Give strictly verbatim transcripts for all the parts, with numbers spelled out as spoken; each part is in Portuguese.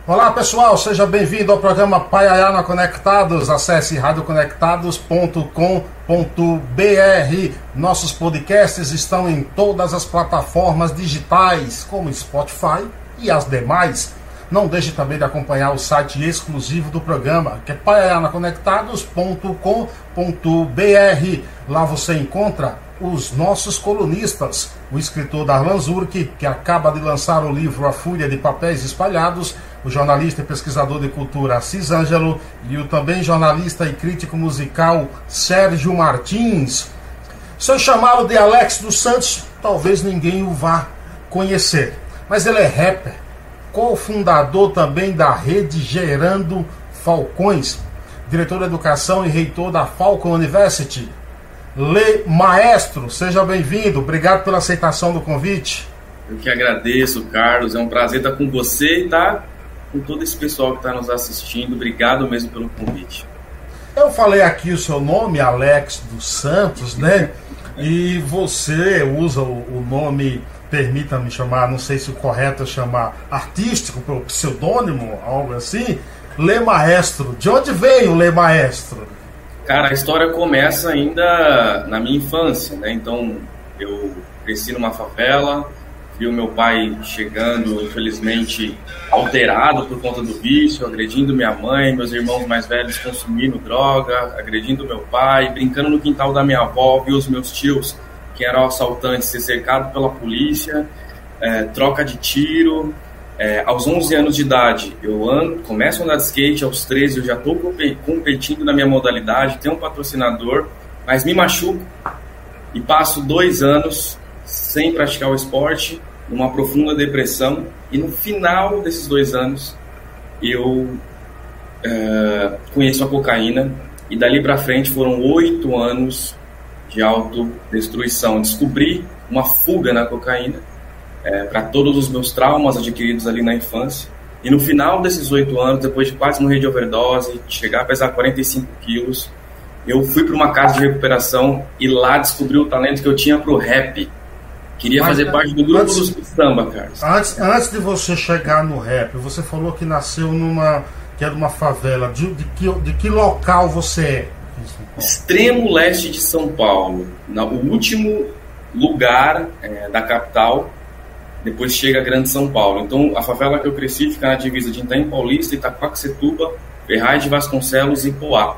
Olá pessoal, seja bem-vindo ao programa Paiaiana Conectados. Acesse rádio conectados ponto com ponto b r. Nossos podcasts estão em todas as plataformas digitais, como Spotify e as demais. Não deixe também de acompanhar o site exclusivo do programa, que é paiaiana conectados ponto com ponto b r. Lá você encontra os nossos colunistas, o escritor Darlan Zurk, que acaba de lançar o livro A Fúria de Papéis Espalhados, o jornalista e pesquisador de cultura Assis Ângelo e o também jornalista e crítico musical Sérgio Martins. Se eu chamá-lo de Alex dos Santos, talvez ninguém o vá conhecer, mas ele é rapper, cofundador também da rede Gerando Falcões, diretor de educação e reitor da Falcon University. Lê Maestro, seja bem-vindo, obrigado pela aceitação do convite. Eu que agradeço, Carlos, é um prazer estar com você e estar com todo esse pessoal que está nos assistindo. Obrigado mesmo pelo convite. Eu falei aqui o seu nome, Alex dos Santos, né? E você usa o nome, permita-me chamar, não sei se o correto é chamar artístico, pelo pseudônimo, algo assim, Lê Maestro. De onde veio o Lê Maestro? Cara, a história começa ainda na minha infância, né? Então, eu cresci numa favela, vi o meu pai chegando, infelizmente, alterado por conta do vício, agredindo minha mãe, meus irmãos mais velhos consumindo droga, agredindo meu pai, brincando no quintal da minha avó, vi os meus tios, que eram assaltantes, ser cercado pela polícia, é, troca de tiro. É, aos onze anos de idade, eu ando, começo a andar de skate, aos treze eu já estou competindo na minha modalidade, tenho um patrocinador, mas me machuco e passo dois anos sem praticar o esporte, numa profunda depressão, e no final desses dois anos eu é, conheço a cocaína, e dali para frente foram oito anos de autodestruição. Descobri uma fuga na cocaína, É, para todos os meus traumas adquiridos ali na infância. E no final desses oito anos, depois de quase morrer de overdose, chegar a pesar quarenta e cinco quilos, eu fui para uma casa de recuperação e lá descobri o talento que eu tinha pro rap. Queria Mas, fazer parte do grupo antes, dos samba, Carlos. Antes, antes de você chegar no rap, você falou que nasceu numa, que era uma favela. De, de, que, de que local você é? Extremo leste de São Paulo. No, o último lugar é, da capital. Depois chega a Grande São Paulo. Então, a favela que eu cresci fica na divisa de Itaim Paulista, Itaquaquecetuba, Ferraz de Vasconcelos e Poá.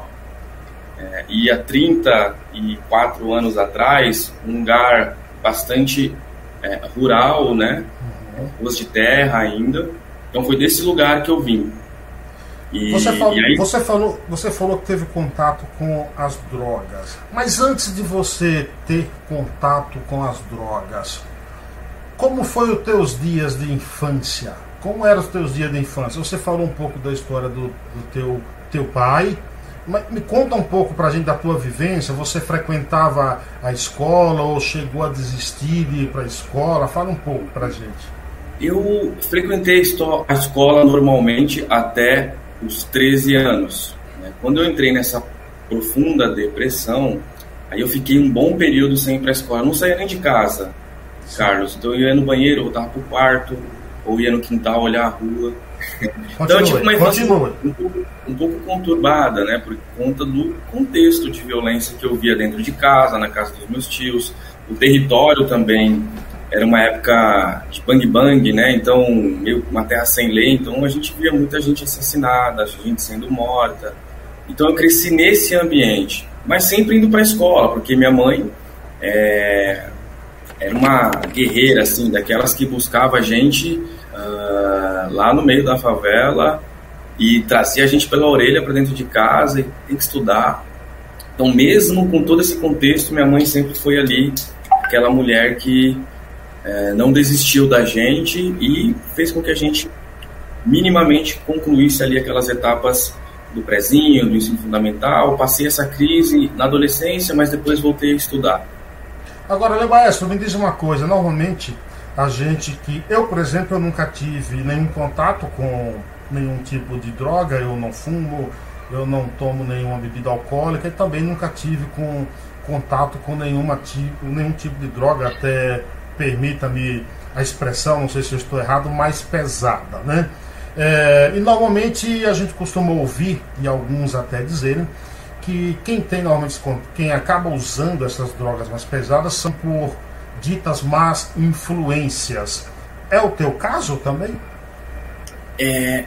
É, e há trinta e quatro anos atrás, um lugar bastante é, rural, né? Ruas de terra ainda. Então, foi desse lugar que eu vim. E, você, falou, e aí... você, falou, você falou que teve contato com as drogas. Mas antes de você ter contato com as drogas, como foi os teus dias de infância? Como eram os teus dias de infância? Você falou um pouco da história do, do teu, teu pai, mas me conta um pouco pra gente da tua vivência. Você frequentava a escola ou chegou a desistir de ir pra escola? Fala um pouco pra gente. Eu frequentei a escola normalmente até os treze anos. Quando eu entrei nessa profunda depressão, aí eu fiquei um bom período sem ir pra escola. Eu não saía nem de casa, Carlos. Então eu ia no banheiro, voltava pro quarto, ou ia no quintal olhar a rua. Então eu tive uma infância um, um, pouco, um pouco conturbada, né, por conta do contexto de violência que eu via dentro de casa, na casa dos meus tios. O território também era uma época de bang bang, né, então meio uma terra sem lei, então a gente via muita gente assassinada, gente sendo morta. Então eu cresci nesse ambiente, mas sempre indo para a escola, porque minha mãe é, era uma guerreira, assim, daquelas que buscava a gente uh, lá no meio da favela e trazia a gente pela orelha para dentro de casa e tem que estudar. Então, mesmo com todo esse contexto, minha mãe sempre foi ali, aquela mulher que uh, não desistiu da gente e fez com que a gente minimamente concluísse ali aquelas etapas do prezinho, do ensino fundamental. Passei essa crise na adolescência, mas depois voltei a estudar. Agora, Lê Maestro, me diz uma coisa. Normalmente, a gente que... Eu, por exemplo, eu nunca tive nenhum contato com nenhum tipo de droga. Eu não fumo, eu não tomo nenhuma bebida alcoólica. E também nunca tive com, contato com nenhuma tipo, nenhum tipo de droga. Até, permita-me a expressão, não sei se eu estou errado, mais pesada, né? É, e normalmente a gente costuma ouvir, e alguns até dizerem, que quem tem normalmente, quem acaba usando essas drogas mais pesadas são por ditas más influências. É o teu caso também? É,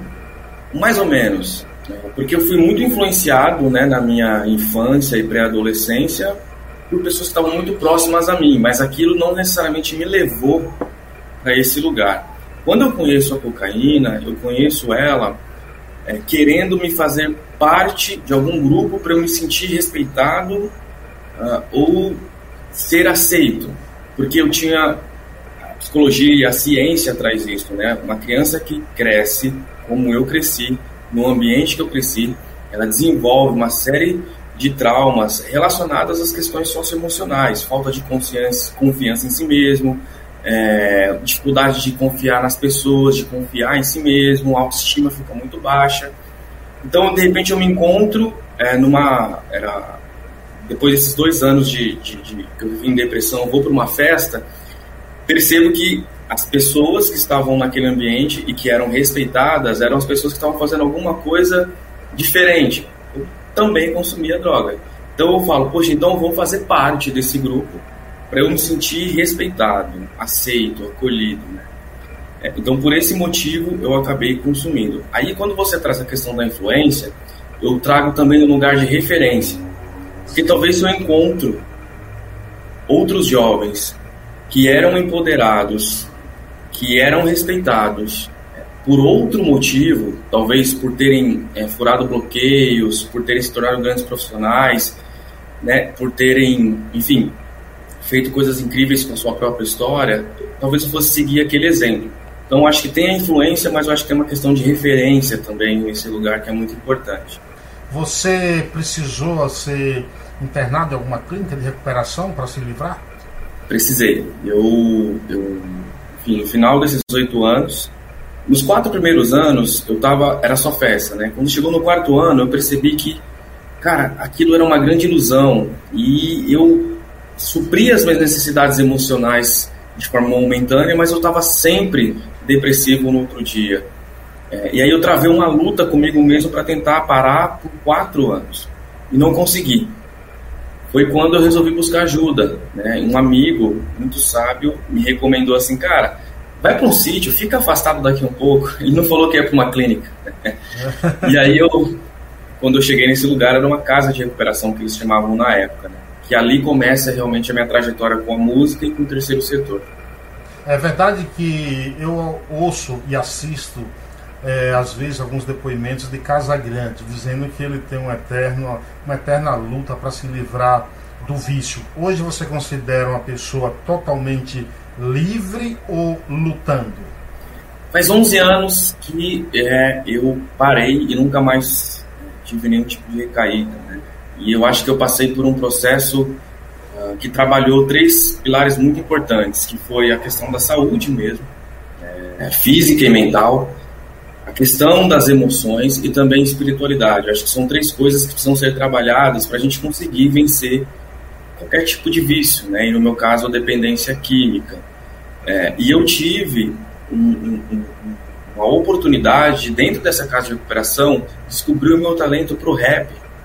mais ou menos, né? Porque eu fui muito influenciado, né, na minha infância e pré-adolescência por pessoas que estavam muito próximas a mim, mas aquilo não necessariamente me levou para esse lugar. Quando eu conheço a cocaína, eu conheço ela é, querendo me fazer parte de algum grupo para eu me sentir respeitado uh, ou ser aceito, porque eu tinha a psicologia e a ciência traz isso, né? Uma criança que cresce como eu cresci, no ambiente que eu cresci, ela desenvolve uma série de traumas relacionadas às questões socioemocionais, falta de confiança, confiança em si mesmo, é, dificuldade de confiar nas pessoas, de confiar em si mesmo, a autoestima fica muito baixa. Então, de repente, eu me encontro é, numa... Era, depois desses dois anos de, de, de, que eu vivi em depressão, eu vou para uma festa, percebo que as pessoas que estavam naquele ambiente e que eram respeitadas eram as pessoas que estavam fazendo alguma coisa diferente. Eu também consumia droga. Então, eu falo, poxa, então eu vou fazer parte desse grupo para eu me sentir respeitado, aceito, acolhido, né? Então, por esse motivo, eu acabei consumindo. Aí, quando você traz a questão da influência, eu trago também um lugar de referência. Porque talvez eu encontro outros jovens que eram empoderados, que eram respeitados por outro motivo, talvez por terem é, furado bloqueios, por terem se tornado grandes profissionais, né, por terem, enfim, feito coisas incríveis com a sua própria história, talvez eu fosse seguir aquele exemplo. Então, acho que tem a influência, mas eu acho que tem uma questão de referência também nesse lugar que é muito importante. Você precisou ser internado em alguma clínica de recuperação para se livrar? Precisei. Eu, eu enfim, no final desses oito anos, nos quatro primeiros anos, eu tava, era só festa, né? Quando chegou no quarto ano, eu percebi que, cara, aquilo era uma grande ilusão e eu supria as minhas necessidades emocionais de forma momentânea, mas eu estava sempre depressivo no outro dia. É, e aí eu travei uma luta comigo mesmo para tentar parar por quatro anos. E não consegui. Foi quando eu resolvi buscar ajuda, né? Um amigo muito sábio me recomendou assim, cara, vai para um sítio, fica afastado daqui um pouco. Ele não falou que ia para uma clínica. E aí eu, quando eu cheguei nesse lugar, era uma casa de recuperação que eles chamavam na época, né? Que ali começa realmente a minha trajetória com a música e com o terceiro setor. É verdade que eu ouço e assisto, é, às vezes, alguns depoimentos de Casagrande, dizendo que ele tem um eterno, uma eterna luta para se livrar do vício. Hoje você considera uma pessoa totalmente livre ou lutando? Faz onze anos que é, eu parei e nunca mais tive nenhum tipo de recaída, né? E eu acho que eu passei por um processo uh, que trabalhou três pilares muito importantes, que foi a questão da saúde mesmo, é, física e mental, a questão das emoções e também espiritualidade. Eu acho que são três coisas que precisam ser trabalhadas para a gente conseguir vencer qualquer tipo de vício, né? E no meu caso, a dependência química. É, e eu tive um, um, um, uma oportunidade, dentro dessa casa de recuperação, de descobrir o meu talento para o rap.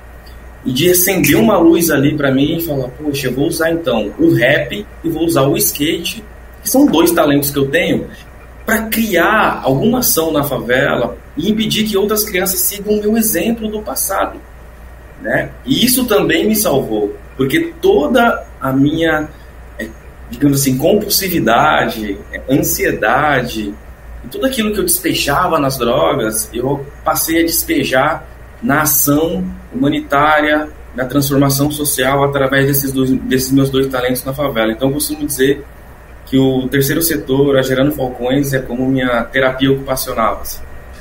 E de acender uma luz ali para mim e falar, poxa, eu vou usar então o rap e vou usar o skate, que são dois talentos que eu tenho, para criar alguma ação na favela e impedir que outras crianças sigam o meu exemplo do passado, né? E isso também me salvou, porque toda a minha, digamos assim, compulsividade, ansiedade, e tudo aquilo que eu despejava nas drogas, eu passei a despejar na ação humanitária, na transformação social através desses, dois, desses meus dois talentos na favela. Então eu costumo dizer que o terceiro setor, a Gerando Falcões, é como minha terapia ocupacional. Assim.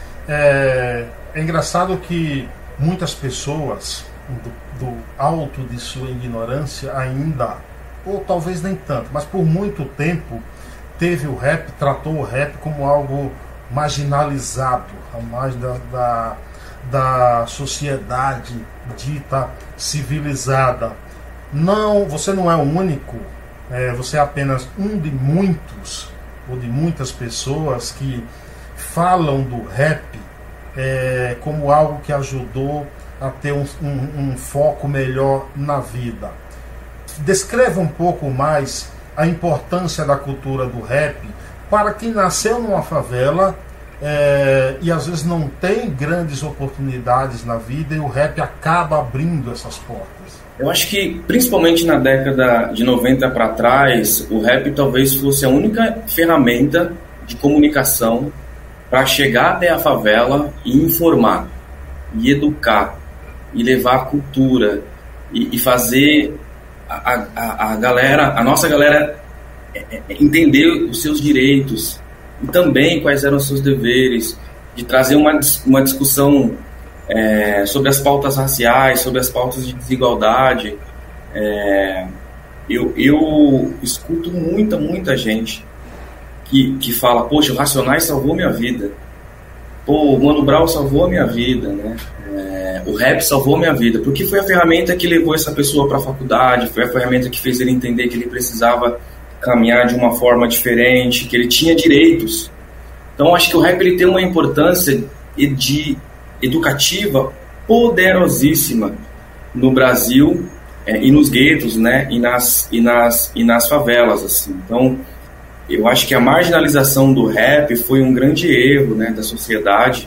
É, é engraçado que muitas pessoas, do, do alto de sua ignorância ainda, ou talvez nem tanto, mas por muito tempo teve o rap, tratou o rap como algo marginalizado, a mais da, da, da sociedade dita civilizada. Não, você não é o único, é, você é apenas um de muitos, ou de muitas pessoas que falam do rap é, como algo que ajudou a ter um, um, um foco melhor na vida. Descreva um pouco mais a importância da cultura do rap para quem nasceu numa favela é, e às vezes não tem grandes oportunidades na vida, e o rap acaba abrindo essas portas. Eu acho que, principalmente na década de noventa para trás, o rap talvez fosse a única ferramenta de comunicação para chegar até a favela e informar, e educar, e levar a cultura, e, e fazer a, a, a galera, a nossa galera entender os seus direitos e também quais eram os seus deveres, de trazer uma, uma discussão é, sobre as pautas raciais, sobre as pautas de desigualdade. É, eu, eu escuto muita, muita gente que, que fala, poxa, o Racionais salvou minha vida, pô, o Mano Brown salvou a minha vida, né? É, o rap salvou minha vida, porque foi a ferramenta que levou essa pessoa para a faculdade, foi a ferramenta que fez ele entender que ele precisava caminhar de uma forma diferente, que ele tinha direitos. Então acho que o rap ele tem uma importância de educativa poderosíssima no Brasil é, e nos guetos, né, e nas, e nas, e nas favelas, assim. Então eu acho que a marginalização do rap foi um grande erro, né, da sociedade,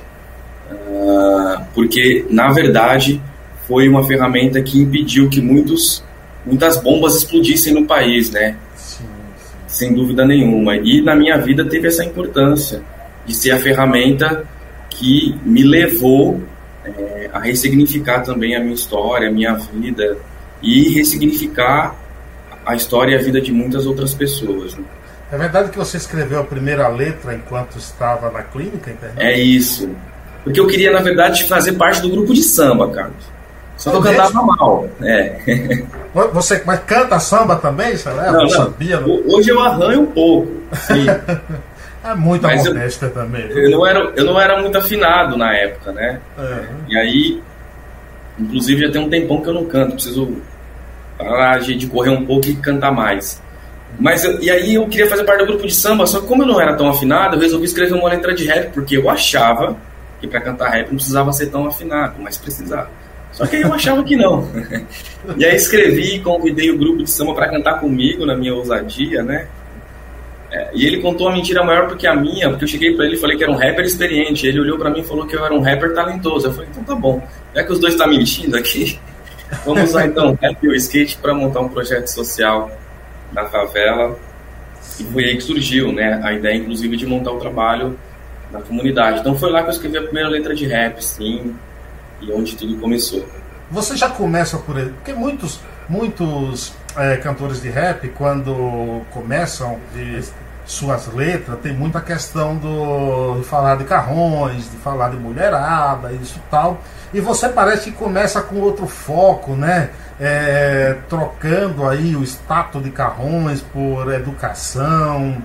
uh, porque na verdade foi uma ferramenta que impediu que muitos, muitas bombas explodissem no país, né? Sem dúvida nenhuma. E na minha vida teve essa importância de ser a ferramenta que me levou é, a ressignificar também a minha história, a minha vida, e ressignificar a história e a vida de muitas outras pessoas, né? É verdade que você escreveu a primeira letra enquanto estava na clínica interna? É isso. Porque eu queria, na verdade, fazer parte do grupo de samba, Carlos. Só que eu cantava mal. É. Você mas canta samba também, você leva? Não, não. Sabia, não? Hoje eu arranho um pouco. Sim. É muito Mas modesta eu, também. Eu não, era, eu não era muito afinado na época, né? É. E aí, inclusive, já tem um tempão que eu não canto. Preciso parar de correr um pouco e cantar mais. Mas eu, e aí eu queria fazer parte do grupo de samba, só que como eu não era tão afinado, eu resolvi escrever uma letra de rap, porque eu achava que para cantar rap não precisava ser tão afinado, mas precisava. Só que aí eu achava que não. E aí escrevi e convidei o grupo de samba para cantar comigo, na minha ousadia, né? É, e ele contou uma mentira maior do que a minha, porque eu cheguei para ele e falei que era um rapper experiente. Ele olhou para mim e falou que eu era um rapper talentoso. Eu falei, então tá bom. Já que os dois estão tá mentindo aqui, vamos usar então o rap e o skate para montar um projeto social na favela. E foi aí que surgiu, né? A ideia, inclusive, de montar o trabalho na comunidade. Então foi lá que eu escrevi a primeira letra de rap, sim. E onde tudo começou. Você já começa por ele, porque muitos, muitos é, cantores de rap, quando começam de suas letras, tem muita questão do, de falar de carrões, de falar de mulherada, isso e tal. E você parece que começa com outro foco, né? É, trocando aí o status de carrões por educação,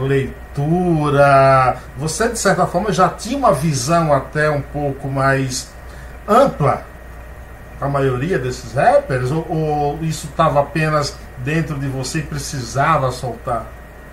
leitura. Você, de certa forma, já tinha uma visão até um pouco mais ampla, a maioria desses rappers, ou, ou isso estava apenas dentro de você e precisava soltar?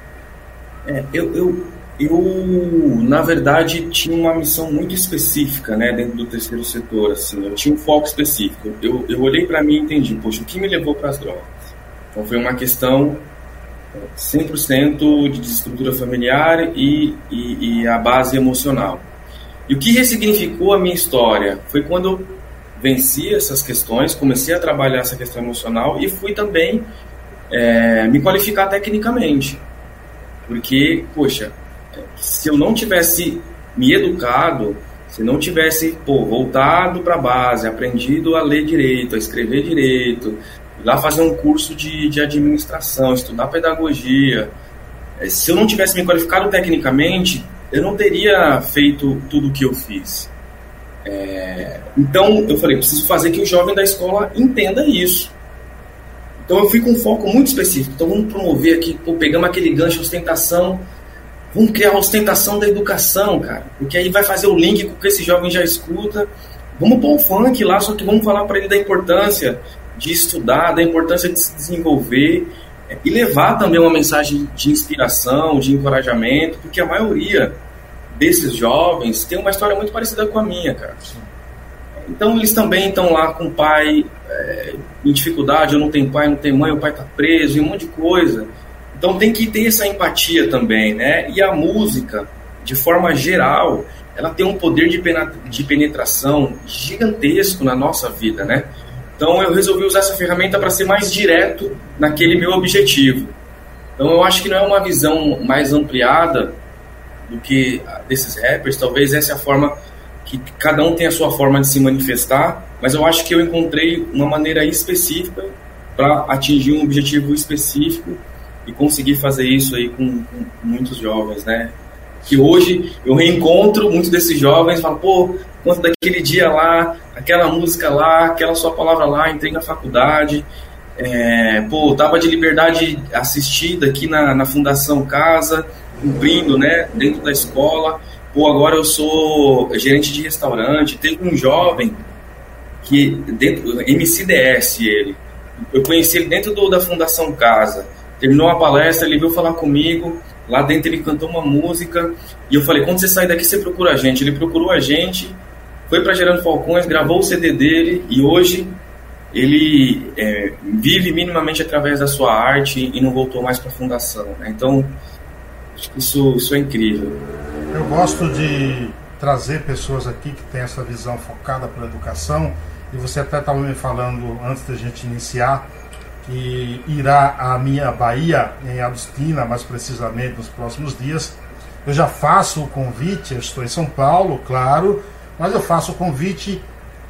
É, eu, eu, eu, na verdade, tinha uma missão muito específica, né, dentro do terceiro setor, assim, eu tinha um foco específico. Eu, eu olhei para mim e entendi, poxa, o que me levou para as drogas? Então foi uma questão cem por cento de desestrutura familiar e, e, e a base emocional. E o que ressignificou a minha história foi quando eu venci essas questões, comecei a trabalhar essa questão emocional e fui também é, me qualificar tecnicamente. Porque, poxa, se eu não tivesse me educado, se não tivesse pô, voltado para a base, aprendido a ler direito, a escrever direito, ir lá fazer um curso de, de administração, estudar pedagogia, se eu não tivesse me qualificado tecnicamente, eu não teria feito tudo o que eu fiz. É, então eu falei, preciso fazer que o jovem da escola entenda isso. Então eu fui com um foco muito específico. Então vamos promover aqui, pô, pegamos aquele gancho ostentação, vamos criar a ostentação da educação, cara, porque aí vai fazer o link com o que esse jovem já escuta. Vamos pôr um funk lá, só que vamos falar para ele da importância de estudar, da importância de se desenvolver, e levar também uma mensagem de inspiração, de encorajamento, porque a maioria desses jovens tem uma história muito parecida com a minha, cara. Então eles também estão lá com o pai é, em dificuldade, eu não tenho pai, não tenho mãe, o pai está preso, e um monte de coisa. Então tem que ter essa empatia também, né? E a música, de forma geral, ela tem um poder de penetração gigantesco na nossa vida, né? Então eu resolvi usar essa ferramenta para ser mais direto naquele meu objetivo. Então eu acho que não é uma visão mais ampliada do que desses rappers, talvez essa é a forma que cada um tem a sua forma de se manifestar, mas eu acho que eu encontrei uma maneira específica para atingir um objetivo específico e conseguir fazer isso aí com, com muitos jovens, né? Que hoje eu reencontro muitos desses jovens e falo, pô, quanto daquele dia lá, aquela música lá, aquela sua palavra lá, entrei na faculdade, é, pô, tava de liberdade assistida aqui na, na Fundação Casa, cumprindo, né, dentro da escola, pô, agora eu sou gerente de restaurante. Teve um jovem que, dentro, M C D S ele, eu conheci ele dentro do, da Fundação Casa, terminou a palestra, ele veio falar comigo, lá dentro ele cantou uma música, e eu falei, quando você sair daqui você procura a gente. Ele procurou a gente, foi para Gerando Falcões, gravou o C D dele, e hoje ele é, vive minimamente através da sua arte e não voltou mais para a fundação, né? Então, acho que isso, isso é incrível. Eu gosto de trazer pessoas aqui que têm essa visão focada pela educação, e você até estava me falando antes da gente iniciar que irá à minha Bahia, em Agostina, mais precisamente nos próximos dias. Eu já faço o convite, eu estou em São Paulo, claro, mas eu faço o convite,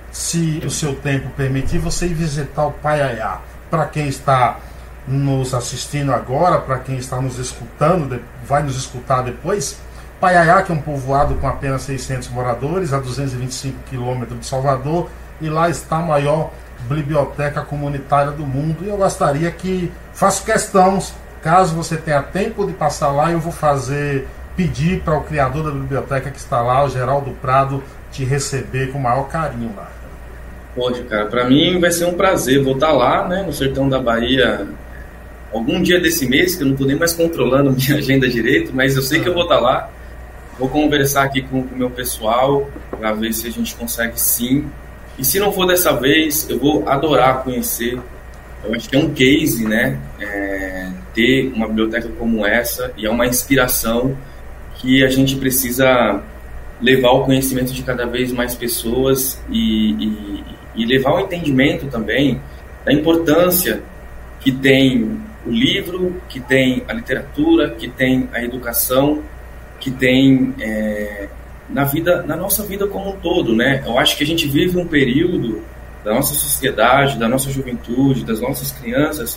se o seu tempo permitir, você ir visitar o Paiaiá. Para quem está nos assistindo agora, para quem está nos escutando, vai nos escutar depois, Paiaiá, que é um povoado com apenas seiscentos moradores, a duzentos e vinte e cinco quilômetros de Salvador, e lá está a maior biblioteca comunitária do mundo. E eu gostaria que, faço questão, caso você tenha tempo de passar lá, eu vou fazer, pedir para o criador da biblioteca que está lá, o Geraldo Prado, te receber com o maior carinho lá. Pode, cara, para mim vai ser um prazer. Vou estar lá, né, no sertão da Bahia, algum dia desse mês, que eu não estou nem mais controlando minha agenda direito, mas eu sei que eu vou estar lá. Vou conversar aqui com o meu pessoal para ver se a gente consegue sim. E se não for dessa vez, eu vou adorar conhecer. Eu acho que é um case, né? É, ter uma biblioteca como essa, e é uma inspiração que a gente precisa levar o conhecimento de cada vez mais pessoas e, e, e levar o entendimento também da importância que tem o livro, que tem a literatura, que tem a educação, que tem é, na vida, na nossa vida como um todo, né? Eu acho que a gente vive um período da nossa sociedade, da nossa juventude, das nossas crianças,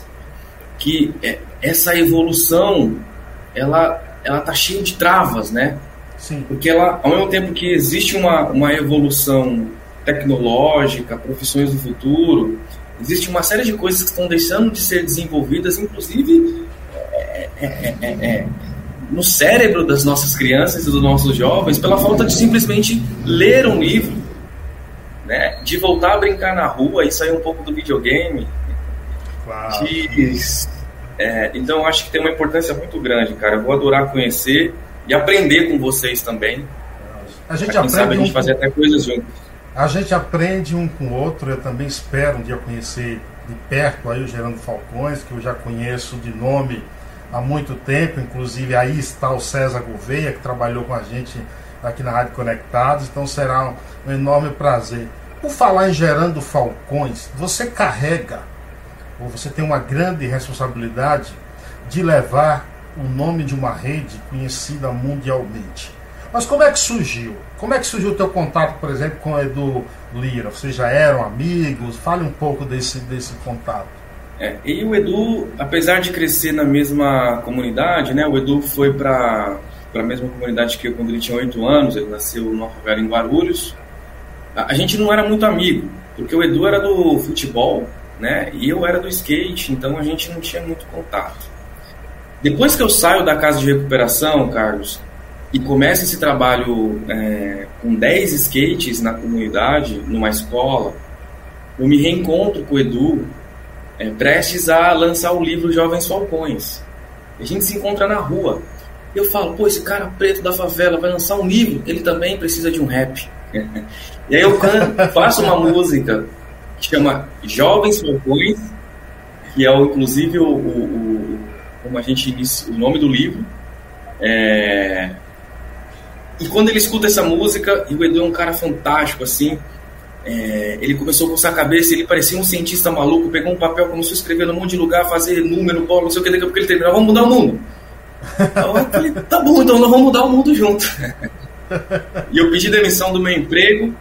que é, essa evolução, ela ela tá cheia de travas, né? Sim. Porque ela, ao mesmo tempo que existe uma, uma evolução tecnológica, profissões do futuro, existe uma série de coisas que estão deixando de ser desenvolvidas, inclusive é, é, é, é, no cérebro das nossas crianças e dos nossos jovens, pela falta de simplesmente ler um livro, né? De voltar a brincar na rua e sair um pouco do videogame. Claro. De, é, então eu acho que tem uma importância muito grande, cara. Eu vou adorar conhecer e aprender com vocês também. A gente pra quem aprende sabe a gente um fazer com... até coisas juntos. A gente aprende um com o outro. Eu também espero um dia conhecer de perto aí o Gerando Falcões, que eu já conheço de nome há muito tempo. Inclusive aí está o César Gouveia, que trabalhou com a gente aqui na Rádio Conectados. Então será um, um enorme prazer. Por falar em Gerando Falcões, você carrega, ou você tem uma grande responsabilidade de levar o nome de uma rede conhecida mundialmente. Mas como é que surgiu? Como é que surgiu o teu contato, por exemplo, com o Edu Lira? Vocês já eram amigos? Fale um pouco desse, desse contato. É, e o Edu, apesar de crescer na mesma comunidade, né, o Edu foi para a mesma comunidade que eu quando ele tinha oito anos, ele nasceu numa favela em Guarulhos. A, a gente não era muito amigo, porque o Edu era do futebol, né, e eu era do skate, então a gente não tinha muito contato. Depois que eu saio da casa de recuperação, Carlos, e começa esse trabalho é, com dez skates na comunidade, numa escola, eu me reencontro com o Edu, é, prestes a lançar o livro Jovens Falcões. A gente se encontra na rua. Eu falo, pô, esse cara preto da favela vai lançar um livro, ele também precisa de um rap. E aí eu canto, faço uma música que chama Jovens Falcões, que é o, inclusive o, o, o, como a gente inicia, o nome do livro. É... E quando ele escuta essa música, e o Edu é um cara fantástico, assim, é... ele começou a coçar a cabeça, ele parecia um cientista maluco, pegou um papel, começou a escrever num monte de lugar, fazer número, bola, não sei o que, daqui a pouco ele terminou, vamos mudar o mundo. Então eu falei, tá bom, então nós vamos mudar o mundo junto. E eu pedi demissão do meu emprego.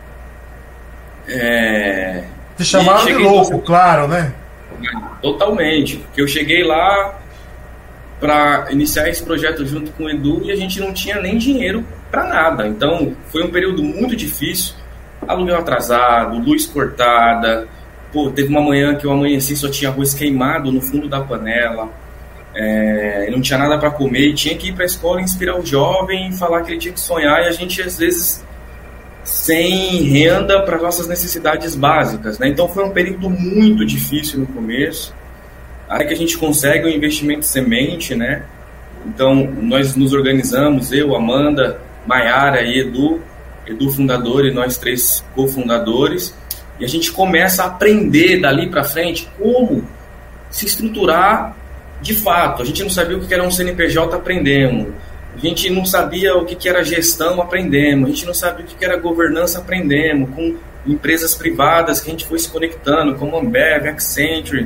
É... Te chamaram de louco, no... claro, né? Totalmente, porque eu cheguei lá para iniciar esse projeto junto com o Edu e a gente não tinha nem dinheiro para nada. Então foi um período muito difícil, aluguel atrasado, luz cortada. Pô, teve uma manhã que eu amanheci, só tinha arroz queimado no fundo da panela. É, não tinha nada para comer e tinha que ir para a escola inspirar o jovem, falar que ele tinha que sonhar, e a gente às vezes sem renda para nossas necessidades básicas, né? Então foi um período muito difícil no começo, até que a gente consegue um investimento semente, né? Então nós nos organizamos, eu, Amanda, Maiara e Edu, Edu fundador e nós três cofundadores, e a gente começa a aprender dali para frente como se estruturar. De fato, a gente não sabia o que era um C N P J, aprendemos. A gente não sabia o que era gestão, aprendemos. A gente não sabia o que era governança, aprendemos. Com empresas privadas que a gente foi se conectando, como Ambev, Accenture,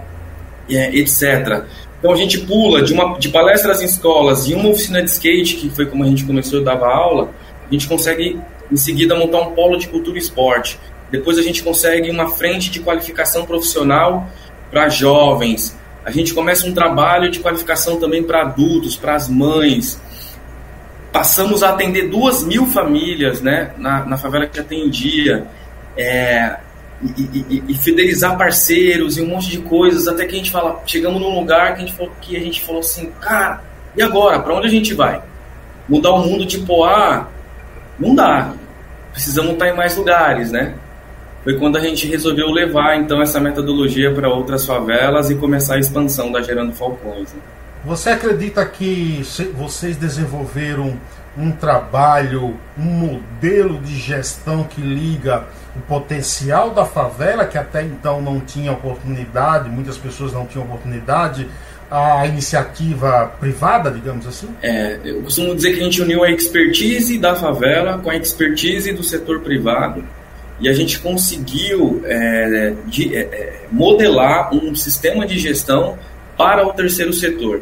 etcétera. Então a gente pula de, uma, de palestras em escolas e uma oficina de skate, que foi como a gente começou a dar aula, a gente consegue em seguida montar um polo de cultura e esporte. Depois a gente consegue uma frente de qualificação profissional para jovens. A gente começa um trabalho de qualificação também para adultos, para as mães. Passamos a atender duas mil famílias, né, na, na favela que atendia, é, e, e, e fidelizar parceiros e um monte de coisas, até que a gente fala, chegamos num lugar que a gente falou, que a gente falou assim, cara, e agora? Para onde a gente vai? Mudar o mundo de Poá? Não dá. Precisamos estar em mais lugares, né? Foi quando a gente resolveu levar, então, essa metodologia para outras favelas e começar a expansão da Gerando Falcões. Né? Você acredita que vocês desenvolveram um trabalho, um modelo de gestão que liga o potencial da favela, que até então não tinha oportunidade, muitas pessoas não tinham oportunidade, à iniciativa privada, digamos assim? É, eu costumo dizer que a gente uniu a expertise da favela com a expertise do setor privado. E a gente conseguiu é, de, é, modelar um sistema de gestão para o terceiro setor.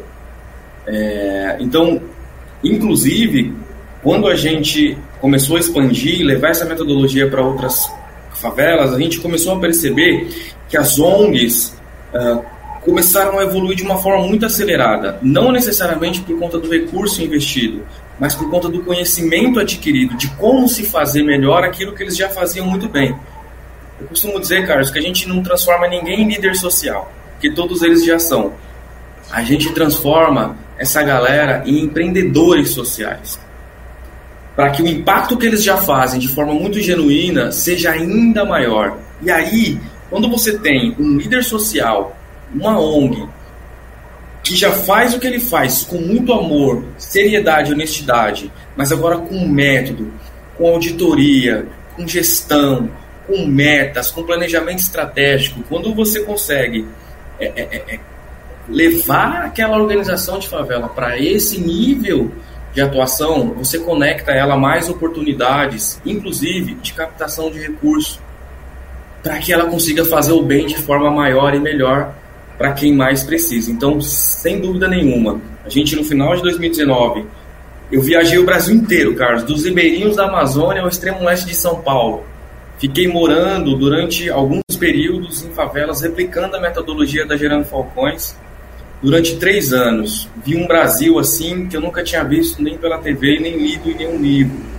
É, então, inclusive, quando a gente começou a expandir e levar essa metodologia para outras favelas, a gente começou a perceber que as O N Gs uh, começaram a evoluir de uma forma muito acelerada, não necessariamente por conta do recurso investido, mas por conta do conhecimento adquirido, de como se fazer melhor aquilo que eles já faziam muito bem. Eu costumo dizer, Carlos, que a gente não transforma ninguém em líder social, porque todos eles já são. A gente transforma essa galera em empreendedores sociais, para que o impacto que eles já fazem de forma muito genuína seja ainda maior. E aí, quando você tem um líder social, uma O N G, que já faz o que ele faz com muito amor, seriedade e honestidade, mas agora com método, com auditoria, com gestão, com metas, com planejamento estratégico, quando você consegue é, é, é, levar aquela organização de favela para esse nível de atuação, você conecta ela a mais oportunidades, inclusive de captação de recursos, para que ela consiga fazer o bem de forma maior e melhor para quem mais precisa. Então, sem dúvida nenhuma, a gente no final de dois mil e dezenove, eu viajei o Brasil inteiro, Carlos, dos ribeirinhos da Amazônia ao extremo oeste de São Paulo. Fiquei morando durante alguns períodos em favelas, replicando a metodologia da Gerando Falcões durante três anos. Vi um Brasil assim que eu nunca tinha visto nem pela T V, nem lido em nenhum livro.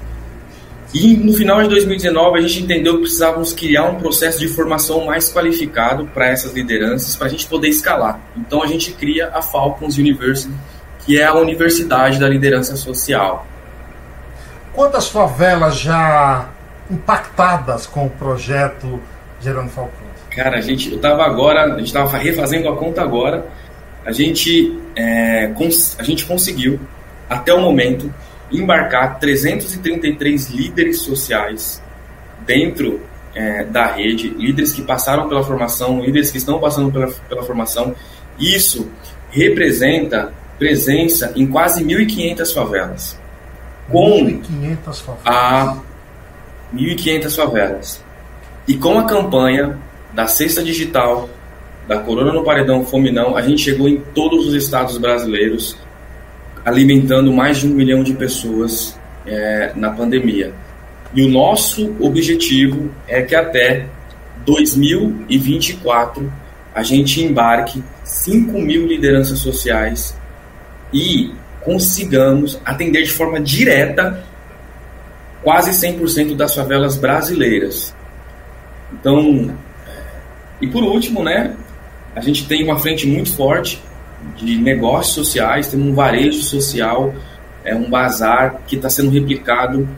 E no final de dois mil e dezenove a gente entendeu que precisávamos criar um processo de formação mais qualificado para essas lideranças, para a gente poder escalar. Então a gente cria a Falcons University, que é a universidade da liderança social. Quantas favelas já impactadas com o projeto Gerando Falcões? Cara, a gente, eu tava agora, a gente estava refazendo a conta agora, a gente, é, cons, a gente conseguiu até o momento, embarcar trezentos e trinta e três líderes sociais dentro é, da rede, líderes que passaram pela formação, líderes que estão passando pela, pela formação. Isso representa presença em quase mil e quinhentas favelas. Com mil e quinhentas favelas. A mil e quinhentas favelas. E com a campanha da Cesta Digital, da Corona no Paredão, Fome Não, a gente chegou em todos os estados brasileiros, alimentando mais de um milhão de pessoas é, na pandemia. E o nosso objetivo é que até dois mil e vinte e quatro a gente embarque cinco mil lideranças sociais e consigamos atender de forma direta quase cem por cento das favelas brasileiras. Então, e por último, né, a gente tem uma frente muito forte de negócios sociais, tem um varejo social, é um bazar que está sendo replicado,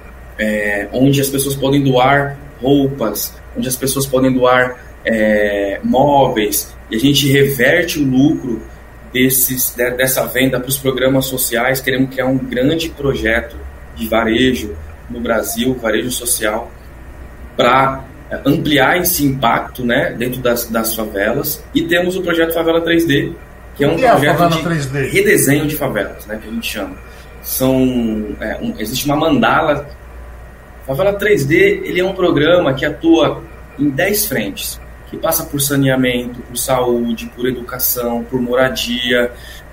é, onde as pessoas podem doar roupas, onde as pessoas podem doar é, móveis, e a gente reverte o lucro desses, dessa venda para os programas sociais. Queremos criar um grande projeto de varejo no Brasil, varejo social, para ampliar esse impacto, né, dentro das, das favelas. E temos o projeto Favela três D, que é um que projeto é de três D? Redesenho de favelas, né, que a gente chama. São, é, um, existe uma mandala. Favela três D, ele é um programa que atua em dez frentes, que passa por saneamento, por saúde, por educação, por moradia.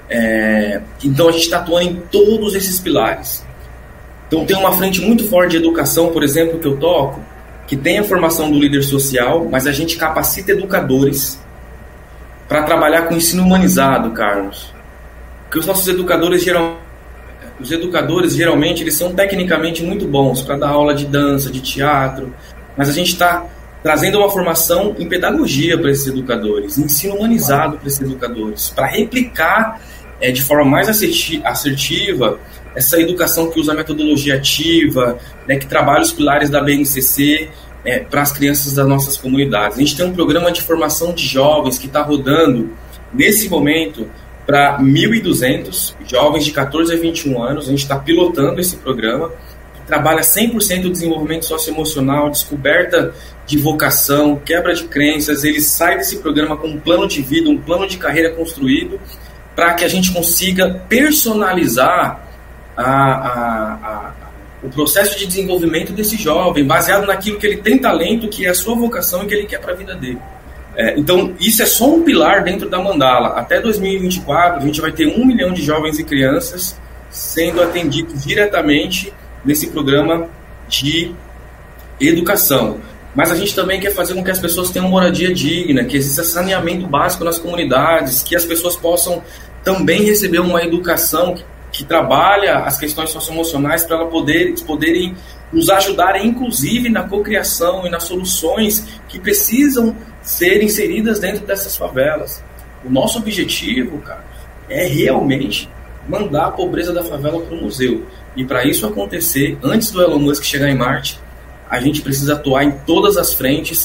É, então a gente está atuando em todos esses pilares. Então tem uma frente muito forte de educação, por exemplo, que eu toco, que tem a formação do líder social, mas a gente capacita educadores para trabalhar com ensino humanizado, Carlos. Porque os nossos educadores, geral, os educadores geralmente eles são tecnicamente muito bons para dar aula de dança, de teatro, mas a gente está trazendo uma formação em pedagogia para esses educadores, ensino humanizado para esses educadores, para replicar é, de forma mais assertiva essa educação que usa a metodologia ativa, né, que trabalha os pilares da B N C C é, para as crianças das nossas comunidades. A gente tem um programa de formação de jovens que está rodando, nesse momento, para mil e duzentos jovens de catorze a vinte e um anos. A gente está pilotando esse programa, que trabalha cem por cento do desenvolvimento socioemocional, descoberta de vocação, quebra de crenças. Ele sai desse programa com um plano de vida, um plano de carreira construído, para que a gente consiga personalizar A, a, a, o processo de desenvolvimento desse jovem, baseado naquilo que ele tem talento, que é a sua vocação e que ele quer para a vida dele. É, então, isso é só um pilar dentro da mandala. Até dois mil e vinte e quatro, a gente vai ter um milhão de jovens e crianças sendo atendidos diretamente nesse programa de educação. Mas a gente também quer fazer com que as pessoas tenham moradia digna, que exista saneamento básico nas comunidades, que as pessoas possam também receber uma educação que que trabalha as questões socioemocionais para elas poder, poderem nos ajudarem, inclusive, na cocriação e nas soluções que precisam ser inseridas dentro dessas favelas. O nosso objetivo, cara, é realmente mandar a pobreza da favela para o museu. E para isso acontecer, antes do Elon Musk chegar em Marte, a gente precisa atuar em todas as frentes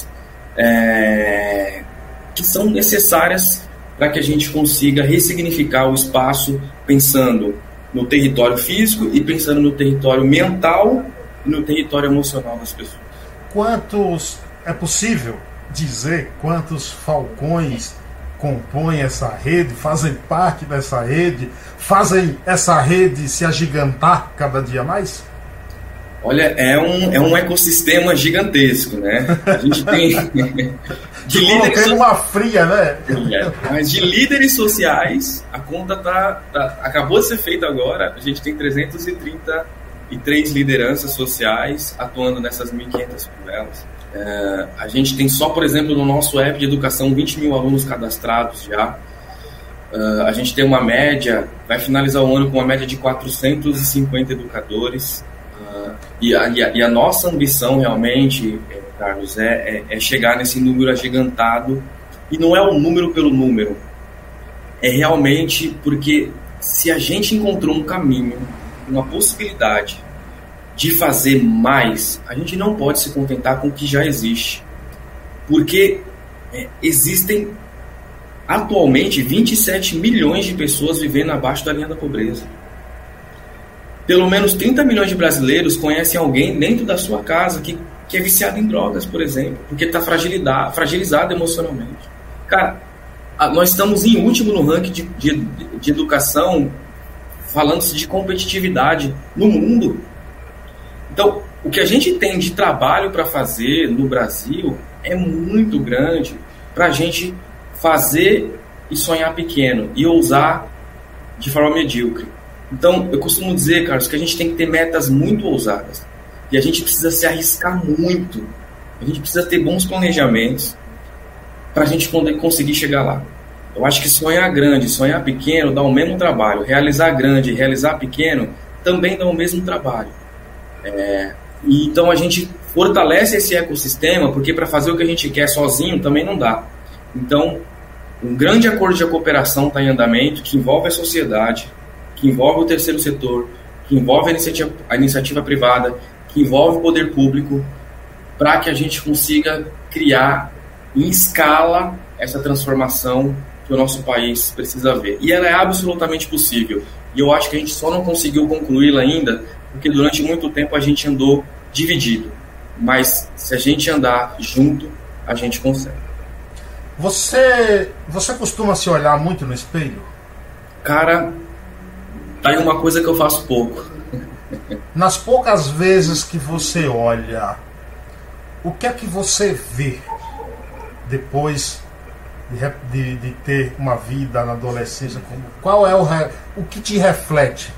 é, que são necessárias para que a gente consiga ressignificar o espaço, pensando no território físico e pensando no território mental e no território emocional das pessoas. Quantos, é possível dizer quantos falcões compõem essa rede, fazem parte dessa rede, fazem essa rede se agigantar cada dia mais? Olha, é um, é um ecossistema gigantesco, né? A gente tem... de líderes so... uma fria, né? É, mas de líderes sociais, a conta tá, tá, acabou de ser feita agora. A gente tem trezentas e trinta e três lideranças sociais atuando nessas mil e quinhentas favelas. É, a gente tem só, por exemplo, no nosso app de educação, vinte mil alunos cadastrados já. Uh, a gente tem uma média, vai finalizar o ano com uma média de quatrocentos e cinquenta educadores. Uh, e, a, e, a, e a nossa ambição realmente, Carlos, é, é, é chegar nesse número agigantado. E não é um número pelo número, é realmente porque se a gente encontrou um caminho, uma possibilidade de fazer mais, a gente não pode se contentar com o que já existe, porque é, existem atualmente vinte e sete milhões de pessoas vivendo abaixo da linha da pobreza. pelo menos trinta milhões de brasileiros conhecem alguém dentro da sua casa que, que é viciado em drogas, por exemplo, porque está fragilizado emocionalmente. Cara, nós estamos em último no ranking de, de, de educação, falando-se de competitividade no mundo. Então, o que a gente tem de trabalho para fazer no Brasil é muito grande para a gente fazer e sonhar pequeno e ousar de forma medíocre. Então, eu costumo dizer, Carlos, que a gente tem que ter metas muito ousadas. E a gente precisa se arriscar muito. A gente precisa ter bons planejamentos para a gente conseguir chegar lá. Eu acho que sonhar grande, sonhar pequeno dá o mesmo trabalho. Realizar grande e realizar pequeno também dá o mesmo trabalho. É, e então a gente fortalece esse ecossistema, porque para fazer o que a gente quer sozinho também não dá. Então, um grande acordo de cooperação está em andamento, que envolve a sociedade, que envolve o terceiro setor, que envolve a iniciativa, a iniciativa privada, que envolve o poder público, para que a gente consiga criar em escala essa transformação que o nosso país precisa ver. E ela é absolutamente possível. E eu acho que a gente só não conseguiu concluí-la ainda porque durante muito tempo a gente andou dividido. Mas se a gente andar junto, a gente consegue. Você, você costuma se olhar muito no espelho? Cara, tá aí uma coisa que eu faço pouco. Nas poucas vezes que você olha, o que é que você vê depois de, de, de ter uma vida na adolescência? Qual é o, o que te reflete?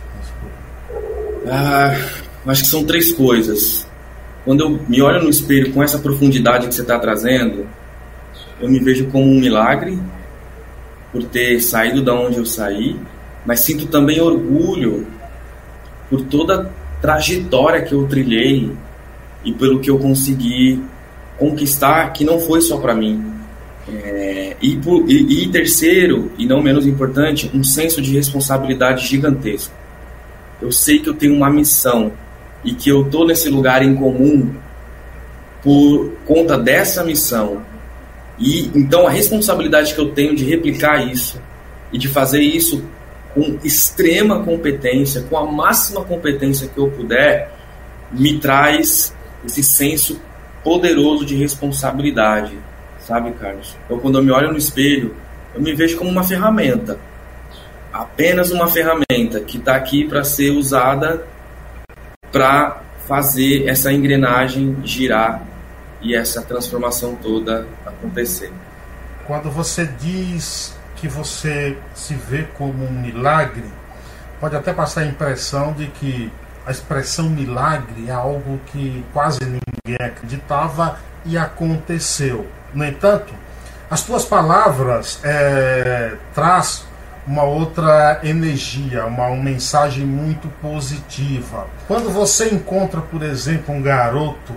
Ah, acho que são três coisas. Quando eu me olho no espelho com essa profundidade que você está trazendo, eu me vejo como um milagre por ter saído da onde eu saí, mas sinto também orgulho por toda a trajetória que eu trilhei e pelo que eu consegui conquistar, que não foi só para mim. É, e, por, e, e terceiro, e não menos importante, um senso de responsabilidade gigantesco. Eu sei que eu tenho uma missão e que eu estou nesse lugar em comum por conta dessa missão. E então a responsabilidade que eu tenho de replicar isso e de fazer isso com extrema competência, com a máxima competência que eu puder, me traz esse senso poderoso de responsabilidade, sabe, Carlos? Então, quando eu me olho no espelho, eu me vejo como uma ferramenta, apenas uma ferramenta que está aqui para ser usada para fazer essa engrenagem girar e essa transformação toda acontecer. Quando você diz que você se vê como um milagre, pode até passar a impressão de que a expressão milagre é algo que quase ninguém acreditava e aconteceu. No entanto, as tuas palavras é, traz uma outra energia, uma, uma mensagem muito positiva. Quando você encontra, por exemplo, um garoto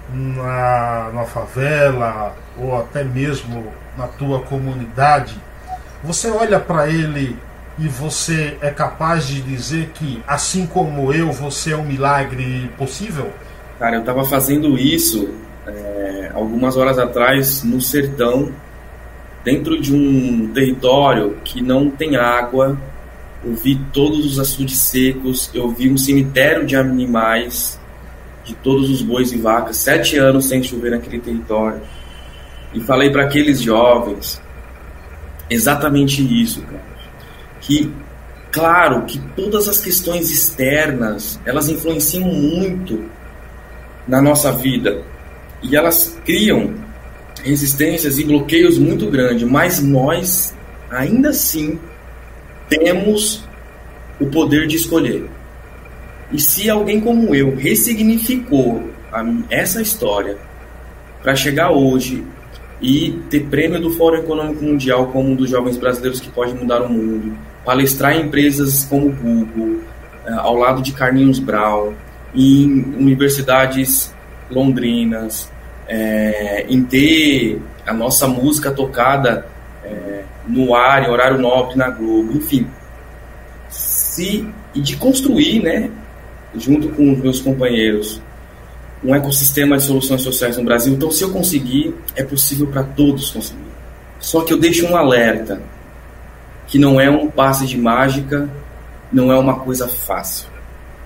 na, na favela ou até mesmo na tua comunidade, você olha para ele e você é capaz de dizer que, assim como eu, você é um milagre possível? Cara, eu estava fazendo isso é, algumas horas atrás no sertão, dentro de um território que não tem água. Eu vi todos os açudes secos, eu vi um cemitério de animais, de todos os bois e vacas, sete anos sem chover naquele território. E falei para aqueles jovens exatamente isso, cara. Que, claro, que todas as questões externas, elas influenciam muito na nossa vida. E elas criam resistências e bloqueios muito grandes, mas nós, ainda assim, temos o poder de escolher. E se alguém como eu ressignificou a, essa história para chegar hoje e ter prêmio do Fórum Econômico Mundial como um dos jovens brasileiros que pode mudar o mundo, palestrar em empresas como Google, ao lado de Carlinhos Brown, em universidades londrinas, é, em ter a nossa música tocada é, no ar, em horário nobre na Globo, enfim, se, e de construir, né, junto com os meus companheiros, um ecossistema de soluções sociais no Brasil. Então, se eu conseguir, é possível para todos conseguir. Só que eu deixo um alerta, que não é um passe de mágica, não é uma coisa fácil.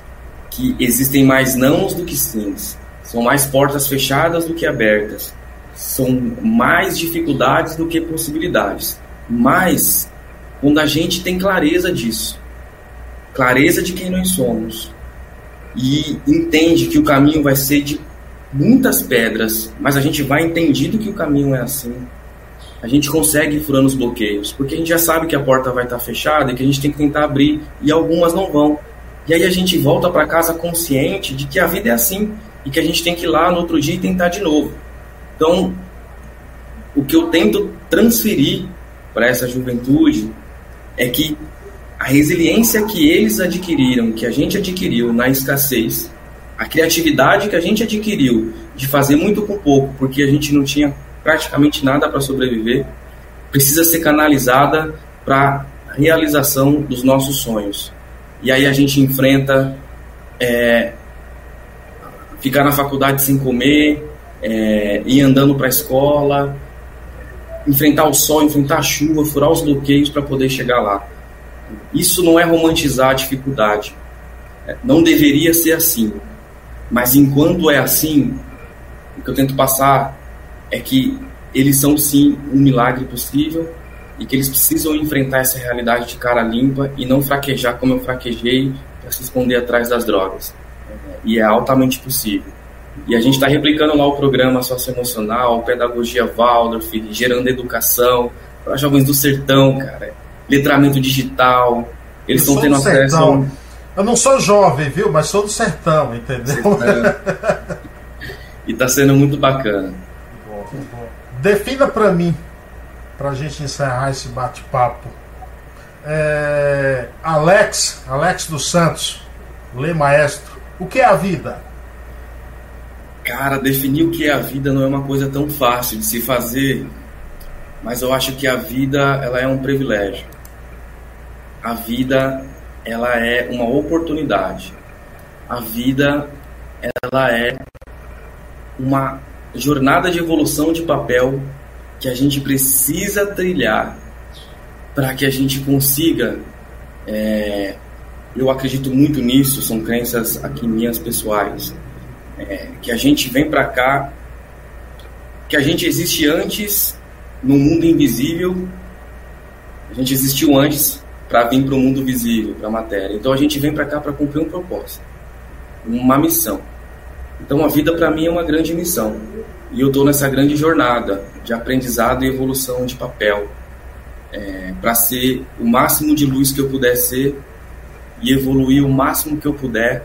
que existem mais nãos do que sims, são mais portas fechadas do que abertas, são mais dificuldades do que possibilidades. Mas quando a gente tem clareza disso, clareza de quem nós somos, e entende que o caminho vai ser de muitas pedras, mas a gente vai entendido que o caminho é assim, a gente consegue ir furando os bloqueios, porque a gente já sabe que a porta vai estar fechada e que a gente tem que tentar abrir, e algumas não vão. E aí a gente volta para casa consciente de que a vida é assim, e que a gente tem que ir lá no outro dia e tentar de novo. Então, o que eu tento transferir para essa juventude é que a resiliência que eles adquiriram, que a gente adquiriu na escassez, a criatividade que a gente adquiriu de fazer muito com pouco, porque a gente não tinha praticamente nada para sobreviver, precisa ser canalizada para a realização dos nossos sonhos. E aí a gente enfrenta é, ficar na faculdade sem comer, é, ir andando para a escola, enfrentar o sol, enfrentar a chuva, furar os bloqueios para poder chegar lá. Isso não é romantizar a dificuldade. Não deveria ser assim. Mas enquanto é assim, o que eu tento passar é que eles são sim um milagre possível e que eles precisam enfrentar essa realidade de cara limpa e não fraquejar como eu fraquejei para se esconder atrás das drogas. E é altamente possível. E a gente está replicando lá o programa socioemocional, pedagogia Waldorf, gerando educação para jovens do sertão, cara. Letramento digital. Eles estão tendo acesso. A... Eu não sou jovem, viu? Mas sou do sertão, entendeu? Sertão. E está sendo muito bacana. Bom, bom. Defina para mim, para a gente encerrar esse bate-papo, é... Alex, Alex dos Santos, Lê Maestro, o que é a vida? Cara, definir o que é a vida não é uma coisa tão fácil de se fazer, mas eu acho que a vida, ela é um privilégio. A vida, ela é uma oportunidade. A vida, ela é uma jornada de evolução de papel que a gente precisa trilhar para que a gente consiga, é, eu acredito muito nisso, são crenças aqui minhas pessoais, é, que a gente vem para cá, que a gente existe antes no mundo invisível, a gente existiu antes para vir para o mundo visível, para a matéria. Então a gente vem para cá para cumprir um propósito, uma missão. Então a vida para mim é uma grande missão. E eu estou nessa grande jornada de aprendizado e evolução de papel, é, para ser o máximo de luz que eu puder ser e evoluir o máximo que eu puder,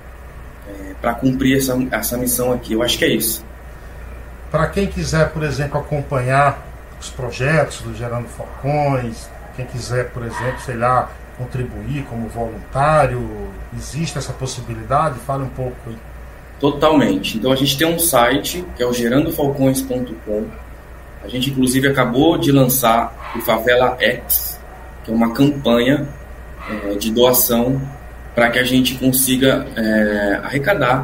é, para cumprir essa, essa missão aqui. Eu acho que é isso. Para quem quiser, por exemplo, acompanhar os projetos do Gerando Falcões, quem quiser, por exemplo, sei lá, contribuir como voluntário, existe essa possibilidade? Fale um pouco aí. Totalmente. Então a gente tem um site que é o gerando falcões ponto com. A gente inclusive acabou de lançar o Favela X, que é uma campanha é, de doação para que a gente consiga é, arrecadar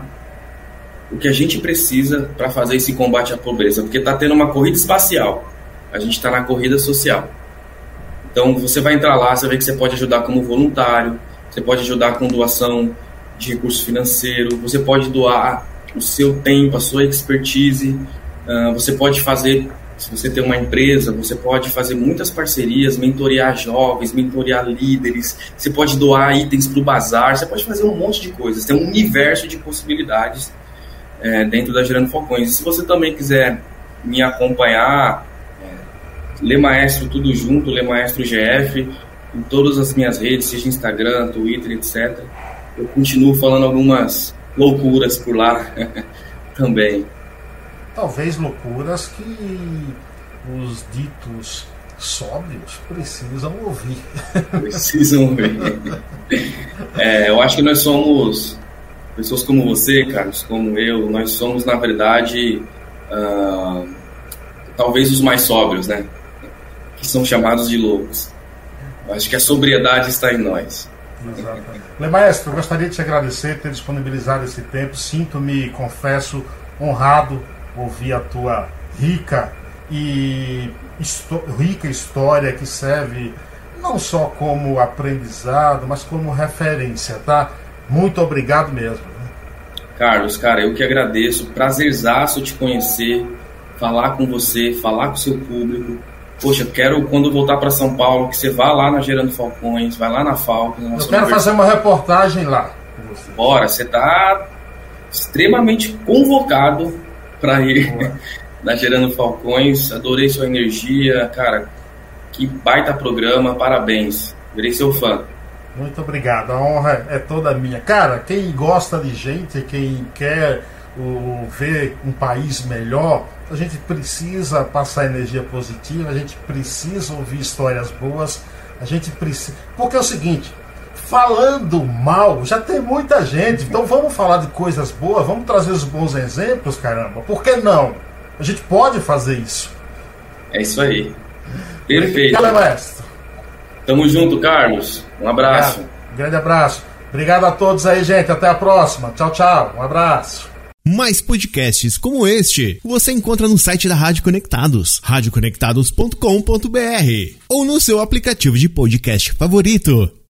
o que a gente precisa para fazer esse combate à pobreza, porque está tendo uma corrida espacial, a gente está na corrida social. Então você vai entrar lá, você vê que você pode ajudar como voluntário, você pode ajudar com doação de recurso financeiro, você pode doar o seu tempo, a sua expertise, uh, você pode fazer, se você tem uma empresa, você pode fazer muitas parcerias, mentorear jovens, mentorear líderes, você pode doar itens para o bazar, você pode fazer um monte de coisas, tem um universo de possibilidades é, dentro da Gerando Falcões. E se você também quiser me acompanhar, é, Lê Maestro tudo junto, Lê Maestro G F, em todas as minhas redes, seja Instagram, Twitter, etcétera, eu continuo falando algumas loucuras por lá também. Talvez loucuras que os ditos sóbrios precisam ouvir. Precisam ouvir. É, eu acho que nós somos pessoas como você, Carlos, como eu, nós somos, na verdade, uh, talvez os mais sóbrios, né? Que são chamados de loucos. Eu acho que a sobriedade está em nós. Exatamente. Lê Maestro, eu gostaria de te agradecer por ter disponibilizado esse tempo. Sinto-me, confesso, honrado ouvir a tua rica e histó- rica história que serve não só como aprendizado, mas como referência, tá? Muito obrigado mesmo. Carlos, cara, eu que agradeço. Prazerzaço te conhecer, falar com você, falar com o seu público. Poxa, eu quero, quando voltar para São Paulo, que você vá lá na Gerando Falcões, vai lá na Falcon. Na eu quero fazer uma reportagem lá com você. Bora, você está extremamente convocado para ir na Gerando Falcões. Adorei sua energia, cara. Que baita programa, parabéns. Virei seu fã. Muito obrigado, a honra é toda minha. Cara, quem gosta de gente, quem quer o, ver um país melhor, a gente precisa passar energia positiva, a gente precisa ouvir histórias boas, a gente precisa... Porque é o seguinte, falando mal, já tem muita gente, então vamos falar de coisas boas, vamos trazer os bons exemplos, caramba. Por que não? A gente pode fazer isso. É isso aí. Perfeito. Obrigado, maestro. Tamo junto, Carlos. Um abraço. Um grande abraço. Obrigado a todos aí, gente. Até a próxima. Tchau, tchau. Um abraço. Mais podcasts como este você encontra no site da Rádio Conectados, rádio conectados ponto com ponto b r ou no seu aplicativo de podcast favorito.